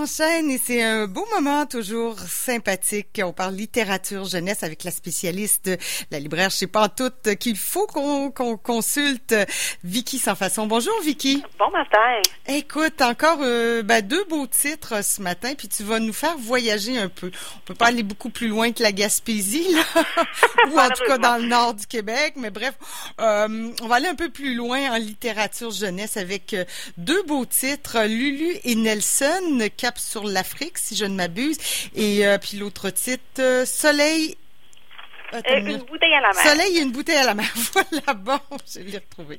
enchaîne et c'est un beau moment toujours sympathique. On parle littérature jeunesse avec la spécialiste, la libraire chez Pantoute qu'il faut qu'on consulte, Vicky Sans Façon. Bonjour Vicky. Bon matin. Écoute, encore deux beaux titres ce matin, puis tu vas nous faire voyager un peu. On peut pas aller beaucoup plus loin que la Gaspésie, là, ou en tout cas dans le nord du Québec, mais bref, on va aller un peu plus loin en littérature jeunesse avec deux beaux titres, Lulu et Nelson, Cap sur l'Afrique, si je ne m'abuse, et puis l'autre titre, Soleil... Une bouteille à la mer. Soleil et une bouteille à la mer. Voilà, bon, je l'ai retrouvé.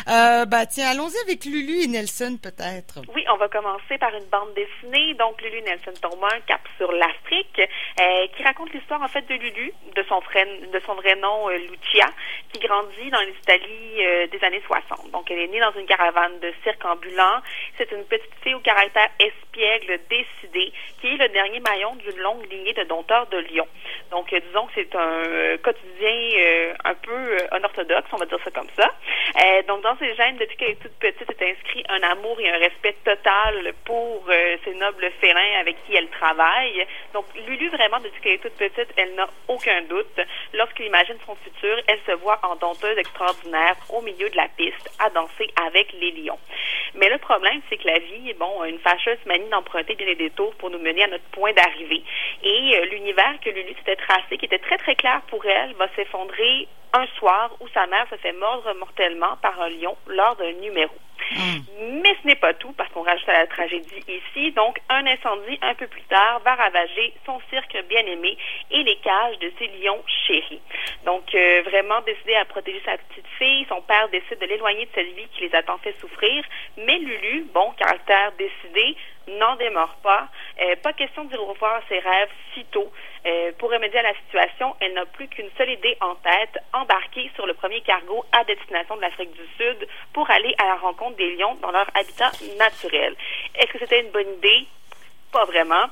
Tiens, allons-y avec Lulu et Nelson, peut-être. Oui, on va commencer par une bande dessinée. Donc, Lulu Nelson Thomas, Cap sur l'Afrique, qui raconte l'histoire, en fait, de Lulu, de son vrai nom, Lucia, qui grandit dans l'Italie des années 60. Donc, elle est née dans une caravane de cirque ambulant. C'est une petite fille au caractère espiègle, décidé, qui est le dernier maillon d'une longue lignée de dompteurs de lions. Donc, disons que c'est un quotidien un peu unorthodoxe, on va dire ça comme ça. Donc, dans ses gènes, depuis qu'elle est toute petite, est inscrit un amour et un respect total pour ces nobles félins avec qui elle travaille. Donc, Lulu, vraiment, depuis qu'elle est toute petite, elle n'a aucun doute. Lorsqu'elle imagine son futur, elle se voit en dompteuse extraordinaire au milieu de la piste à danser avec les lions. Mais le problème, c'est que la vie, a une fâcheuse manie d'emprunter bien des détours pour nous mener à notre point d'arrivée. Et l'univers que Lulu s'était tracé, qui était très, très clair pour elle, va s'effondrer un soir où sa mère se fait mordre mortellement par un lion lors d'un numéro. Mais ce n'est pas tout, parce qu'on rajoute à la tragédie ici. Donc, un incendie un peu plus tard va ravager son cirque bien-aimé et les cages de ses lions chéris. Donc, vraiment décidé à protéger sa petite fille, son père décide de l'éloigner de cette vie qui les a tant fait souffrir. Mais Lulu, caractère décidé, n'en démord pas. Pas question de dire au revoir à ses rêves si tôt. Pour remédier à la situation, elle n'a plus qu'une seule idée en tête, embarquer sur le premier cargo à destination de l'Afrique du Sud pour aller à la rencontre des lions dans leur habitat naturel. Est-ce que c'était une bonne idée? Pas vraiment.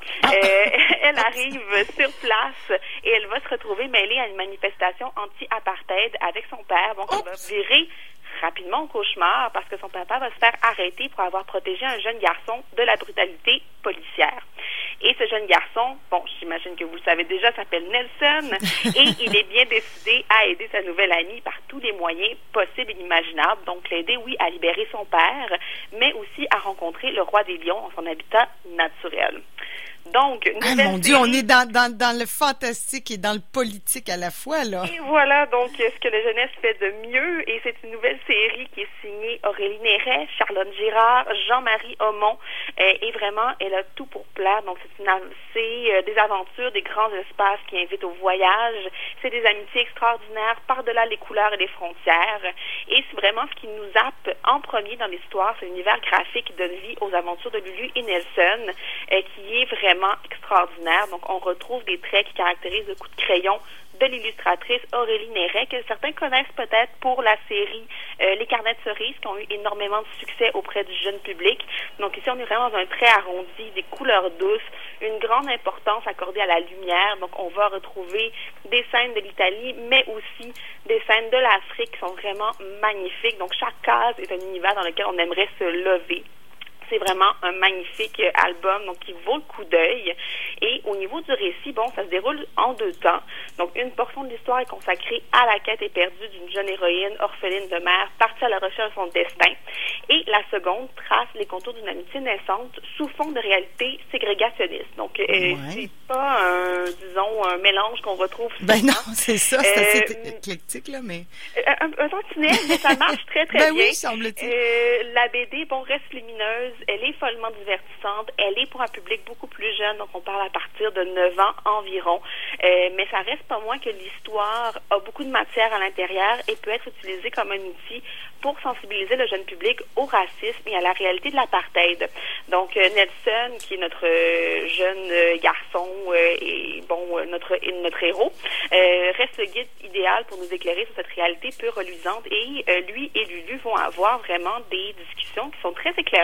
Elle arrive sur place et elle va se retrouver mêlée à une manifestation anti-apartheid avec son père. Donc, elle va virer rapidement au cauchemar parce que son papa va se faire arrêter pour avoir protégé un jeune garçon de la brutalité policière. Et ce jeune garçon, j'imagine que vous le savez déjà, s'appelle Nelson et il est bien décidé à aider sa nouvelle amie par tous les moyens possibles et inimaginables. Donc, l'aider, oui, à libérer son père, mais aussi à rencontrer le roi des lions en son habitat naturel. Donc, mon Dieu, on est dans le fantastique et dans le politique à la fois, là. Et voilà, donc, ce que la jeunesse fait de mieux, et c'est une nouvelle série qui est signée Aurélie Néret, Charlotte Girard, Jean-Marie Aumont, et vraiment, elle a tout pour plaire. Donc, c'est des aventures, des grands espaces qui invitent au voyage, c'est des amitiés extraordinaires par-delà les couleurs et les frontières, et c'est vraiment ce qui nous happe en premier dans l'histoire, c'est l'univers graphique qui donne vie aux aventures de Lulu et Nelson, qui est vraiment extraordinaire. Donc, on retrouve des traits qui caractérisent le coup de crayon de l'illustratrice Aurélie Néret, que certains connaissent peut-être pour la série Les Carnets de cerises, qui ont eu énormément de succès auprès du jeune public. Donc, ici, on est vraiment dans un trait arrondi, des couleurs douces, une grande importance accordée à la lumière. Donc, on va retrouver des scènes de l'Italie, mais aussi des scènes de l'Afrique qui sont vraiment magnifiques. Donc, chaque case est un univers dans lequel on aimerait se lever. C'est vraiment un magnifique album, donc qui vaut le coup d'œil. Et au niveau du récit, ça se déroule en deux temps. Donc, une portion de l'histoire est consacrée à la quête éperdue d'une jeune héroïne orpheline de mère partie à la recherche de son destin. Et la seconde trace les contours d'une amitié naissante sous fond de réalité ségrégationniste. Donc, c'est pas un mélange qu'on retrouve souvent. Ben non, c'est ça, c'est assez éclectique, là, mais... Un tantinet, mais ça marche très, très bien. Oui, semble-t-il. La BD, reste lumineuse. Elle est follement divertissante. Elle est pour un public beaucoup plus jeune, donc on parle à partir de 9 ans environ. Mais ça reste pas moins que l'histoire a beaucoup de matière à l'intérieur et peut être utilisée comme un outil pour sensibiliser le jeune public au racisme et à la réalité de l'apartheid. Donc, Nelson, qui est notre jeune garçon et notre héros, reste le guide idéal pour nous éclairer sur cette réalité peu reluisante. Et lui et Lulu vont avoir vraiment des discussions qui sont très éclairantes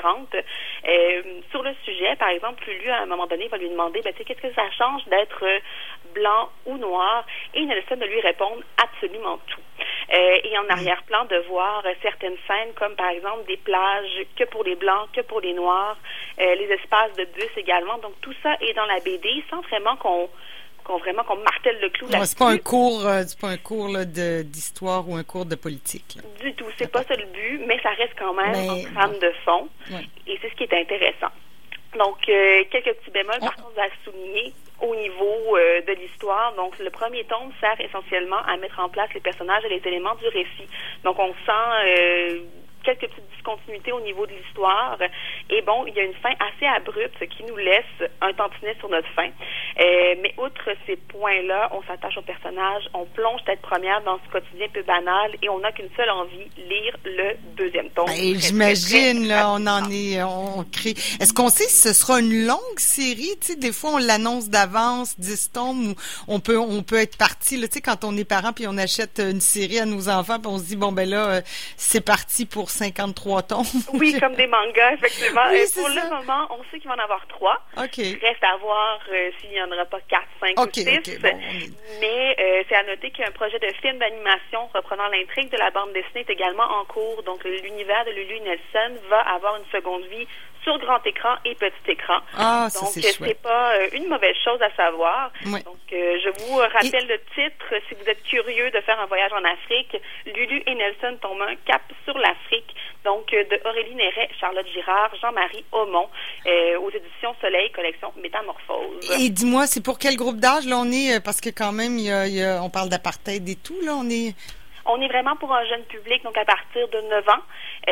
Sur le sujet, par exemple, Lulu, à un moment donné, va lui demander, tu sais, qu'est-ce que ça change d'être blanc ou noir? Et Nelson de lui répondre absolument tout. Et en arrière-plan, de voir certaines scènes, comme par exemple des plages que pour les blancs, que pour les noirs, les espaces de bus également. Donc, tout ça est dans la BD, sans vraiment qu'on martèle le clou là-dessus. C'est pas un cours là, d'histoire ou un cours de politique. Là. Du tout, c'est pas ça le but, mais ça reste quand même en trame de fond, et c'est ce qui est intéressant. Donc, quelques petits bémols, par contre, à souligner au niveau de l'histoire. Donc, le premier tome sert essentiellement à mettre en place les personnages et les éléments du récit. Donc, on sent quelques petites discontinuités au niveau de l'histoire. Et bon, il y a une fin assez abrupte qui nous laisse un tantinet sur notre fin. Mais outre ces points-là, on s'attache au personnage, on plonge tête première dans ce quotidien peu banal et on n'a qu'une seule envie, lire le deuxième tome. J'imagine, là, on crée. Est-ce qu'on sait si ce sera une longue série? Tu sais, des fois, on l'annonce d'avance, 10 tomes, ou on peut être parti, là, tu sais, quand on est parent puis on achète une série à nos enfants puis on se dit, bon, ben là, c'est parti pour 53 tomes. Oui, comme des mangas, effectivement. Oui, pour le moment, on sait qu'il va en avoir 3. OK. Reste à voir s'il n'y en aura pas 4, 5 ou 6. Bon, Mais c'est à noter qu'un projet de film d'animation reprenant l'intrigue de la bande dessinée est également en cours. Donc, l'univers de Lulu Nelson va avoir une seconde vie sur grand écran et petit écran. Ah, donc, c'est pas une mauvaise chose à savoir. Oui. Donc, je vous rappelle le titre, si vous êtes curieux de faire un voyage en Afrique, Lulu et Nelson tombent un cap sur l'Afrique. Donc, de Aurélie Néret, Charlotte Girard, Jean-Marie Aumont, aux éditions Soleil, collection Métamorphose. Et dis-moi, c'est pour quel groupe d'âge, là, on est? Parce que quand même, on parle d'apartheid et tout, là, On est vraiment pour un jeune public, donc à partir de 9 ans,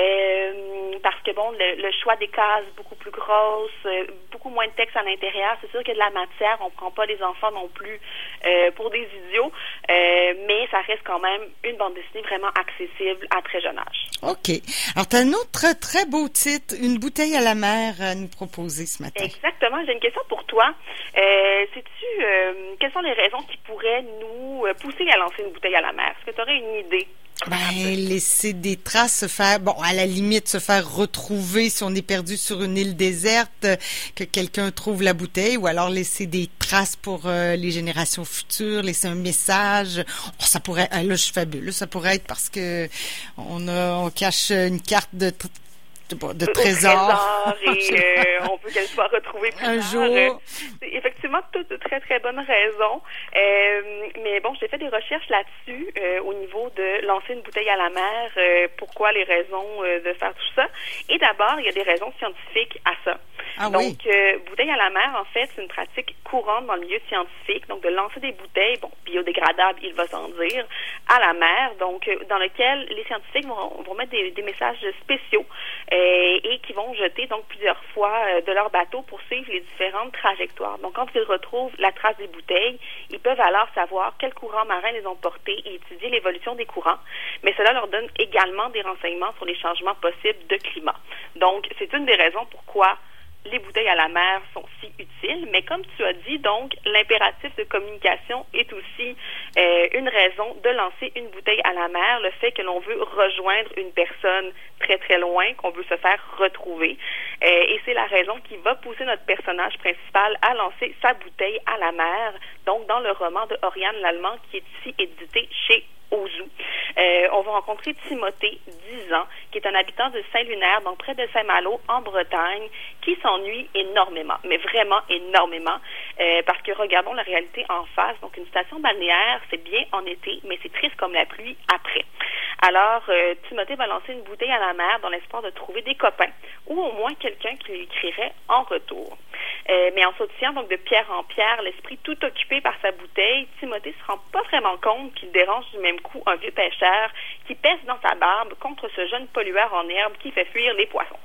parce que bon, le choix des cases beaucoup plus grosses, beaucoup moins de texte à l'intérieur. C'est sûr qu'il y a de la matière, on prend pas les enfants non plus pour des idiots, mais ça reste quand même une bande dessinée vraiment accessible à très jeune âge. OK. Alors, tu as un autre très beau titre, Une bouteille à la mer, à nous proposer ce matin. Exactement. J'ai une question pour toi. Sais-tu quelles sont les raisons qui pourraient nous pousser à lancer une bouteille à la mer? Est-ce que tu aurais une idée? Laisser des traces, se faire, à la limite, se faire retrouver si on est perdu sur une île déserte, que quelqu'un trouve la bouteille, ou alors laisser des traces pour les générations futures, laisser un message. Ça pourrait, là, je suis fabuleux, ça pourrait être parce que on cache une carte de trésor. Et on veut qu'elle soit retrouvée plus un tard. jour. C'est effectivement toutes de très, très bonnes raisons. Mais bon, j'ai fait des recherches là-dessus au niveau de lancer une bouteille à la mer. Pourquoi les raisons de faire tout ça? Et d'abord, il y a des raisons scientifiques à ça. Ah, donc, bouteille à la mer, en fait, c'est une pratique courante dans le milieu scientifique. Donc, de lancer des bouteilles, biodégradables, il va sans dire, à la mer. Donc, dans lequel les scientifiques vont mettre des messages spéciaux et qui vont jeter donc plusieurs fois de leur bateau pour suivre les différentes trajectoires. Donc, quand ils retrouvent la trace des bouteilles, ils peuvent alors savoir quels courants marins les ont portés et étudier l'évolution des courants. Mais cela leur donne également des renseignements sur les changements possibles de climat. Donc, c'est une des raisons pourquoi les bouteilles à la mer sont si utiles, mais comme tu as dit, donc, l'impératif de communication est aussi une raison de lancer une bouteille à la mer, le fait que l'on veut rejoindre une personne très, très loin, qu'on veut se faire retrouver. Et c'est la raison qui va pousser notre personnage principal à lancer sa bouteille à la mer, donc dans le roman de Oriane Lallemand, qui est ici édité chez Ozu. On va rencontrer Timothée, 10 ans, qui est un habitant de Saint-Lunaire, donc près de Saint-Malo, en Bretagne, qui s'ennuie énormément, mais vraiment énormément, parce que regardons la réalité en face. Donc, une station balnéaire, c'est bien en été, mais c'est triste comme la pluie après. Alors, Timothée va lancer une bouteille à la mer dans l'espoir de trouver des copains, ou au moins quelqu'un qui lui écrirait en retour. Mais en sautillant donc de pierre en pierre, l'esprit tout occupé par sa bouteille, Timothée se rend pas vraiment compte qu'il dérange du même coup un vieux pêcheur qui pèse dans sa barbe contre ce jeune pollueur en herbe qui fait fuir les poissons.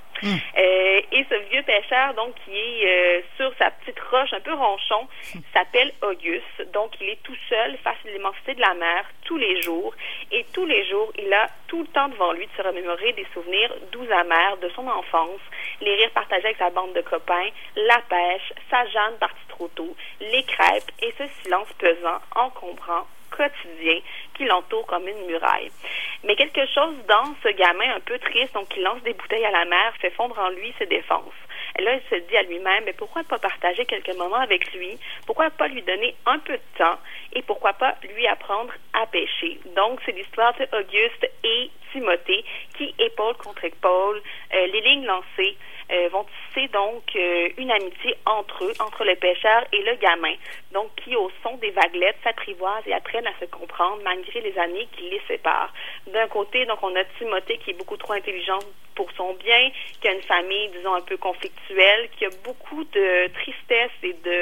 Et ce vieux pêcheur, donc, qui est sur sa petite roche un peu ronchon, s'appelle Auguste. Donc, il est tout seul face à l'immensité de la mer tous les jours. Et tous les jours, il a tout le temps devant lui de se remémorer des souvenirs doux amers de son enfance, les rires partagés avec sa bande de copains, la pêche, sa Jeanne partie trop tôt, les crêpes et ce silence pesant, encombrant, quotidien qui l'entoure comme une muraille. Mais quelque chose dans ce gamin un peu triste, donc qui lance des bouteilles à la mer, fait fondre en lui ses défenses. Et là, il se dit à lui-même, mais pourquoi pas partager quelques moments avec lui? Pourquoi pas lui donner un peu de temps? Et pourquoi pas lui apprendre à pêcher? Donc, c'est l'histoire d'Auguste et Timothée qui, épaule contre épaule, les lignes lancées, vont tisser donc une amitié entre eux, entre le pêcheur et le gamin, donc qui au son des vaguelettes s'apprivoisent et apprennent à se comprendre malgré les années qui les séparent. D'un côté, donc on a Timothée qui est beaucoup trop intelligent pour son bien, qui a une famille, disons, un peu conflictuelle, qui a beaucoup de tristesse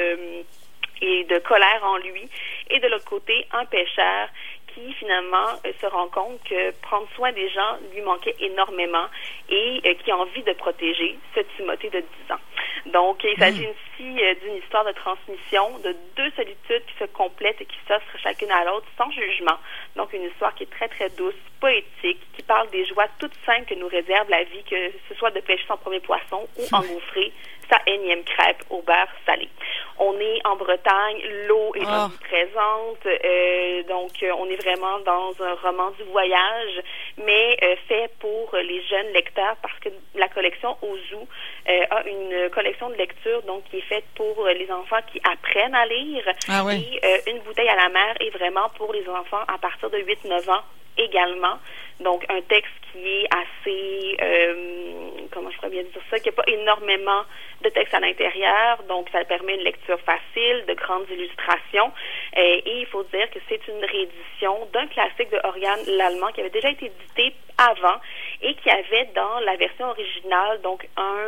et de colère en lui, et de l'autre côté, un pêcheur qui finalement se rend compte que prendre soin des gens lui manquait énormément et qui a envie de protéger ce Timothée de 10 ans. Donc, il s'agit ici d'une histoire de transmission, de deux solitudes qui se complètent et qui s'offrent chacune à l'autre sans jugement. Donc, une histoire qui est très, très douce, poétique, qui parle des joies toutes simples que nous réserve la vie, que ce soit de pêcher son premier poisson ou engouffrer sa énième crêpe au beurre salé. On est en Bretagne, l'eau est omniprésente, donc on est vraiment dans un roman du voyage, mais fait pour les jeunes lecteurs parce que la collection Ozu a une collection de lecture donc qui est faite pour les enfants qui apprennent à lire et une bouteille à la mer est vraiment pour les enfants à partir de 8-9 ans également. Donc, un texte qui est assez, comment je pourrais bien dire ça, qui n'a pas énormément de texte à l'intérieur. Donc, ça permet une lecture facile, de grandes illustrations. Et il faut dire que c'est une réédition d'un classique de Oriane Lallemand qui avait déjà été édité avant et qui avait dans la version originale, donc,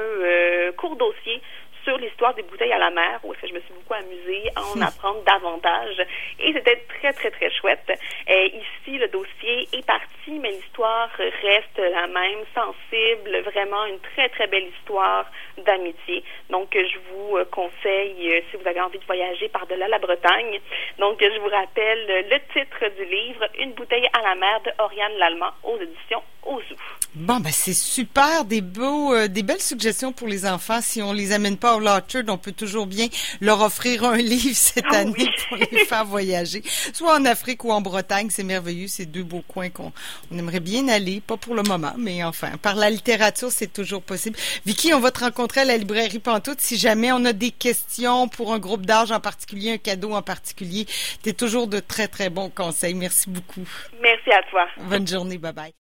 un court dossier sur l'histoire des bouteilles à la mer, où est-ce que je me suis beaucoup amusée à en apprendre davantage. Et c'était très, très, très chouette. Ici, le dossier est parti, mais l'histoire reste la même, sensible, vraiment une très, très belle histoire d'amitié. Donc, je vous conseille, si vous avez envie de voyager par-delà la Bretagne, donc je vous rappelle le titre du livre, Une bouteille à la mer de Oriane Lallemand aux éditions Ozu. Bon, ben c'est super, des belles suggestions pour les enfants. Si on les amène pas au L'Orchard, on peut toujours bien leur offrir un livre cette année pour les faire voyager, soit en Afrique ou en Bretagne. C'est merveilleux, c'est deux beaux coins qu'on aimerait bien aller, pas pour le moment, mais enfin, par la littérature, c'est toujours possible. Vicky, on va te rencontrer à la librairie Pantoute. Si jamais on a des questions pour un groupe d'âge en particulier, un cadeau en particulier, t'es toujours de très, très bons conseils. Merci beaucoup. Merci à toi. Bonne journée, bye bye.